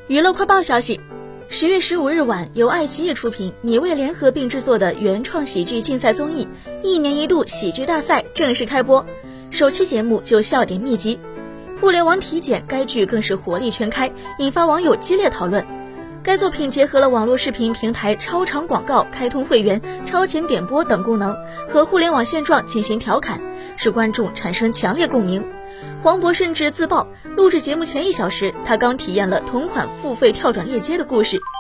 娱乐快报消息，10月15日晚，由爱奇艺出品、米未联合并制作的原创喜剧竞赛综艺1年1度喜剧大赛正式开播，首期节目就笑点密集，互联网体检该剧更是火力全开，引发网友激烈讨论。该作品结合了网络视频平台超长广告、开通会员、超前点播等功能，和互联网现状进行调侃，使观众产生强烈共鸣。黄渤甚至自曝，录制节目前1小时，他刚体验了同款付费跳转链接的故事。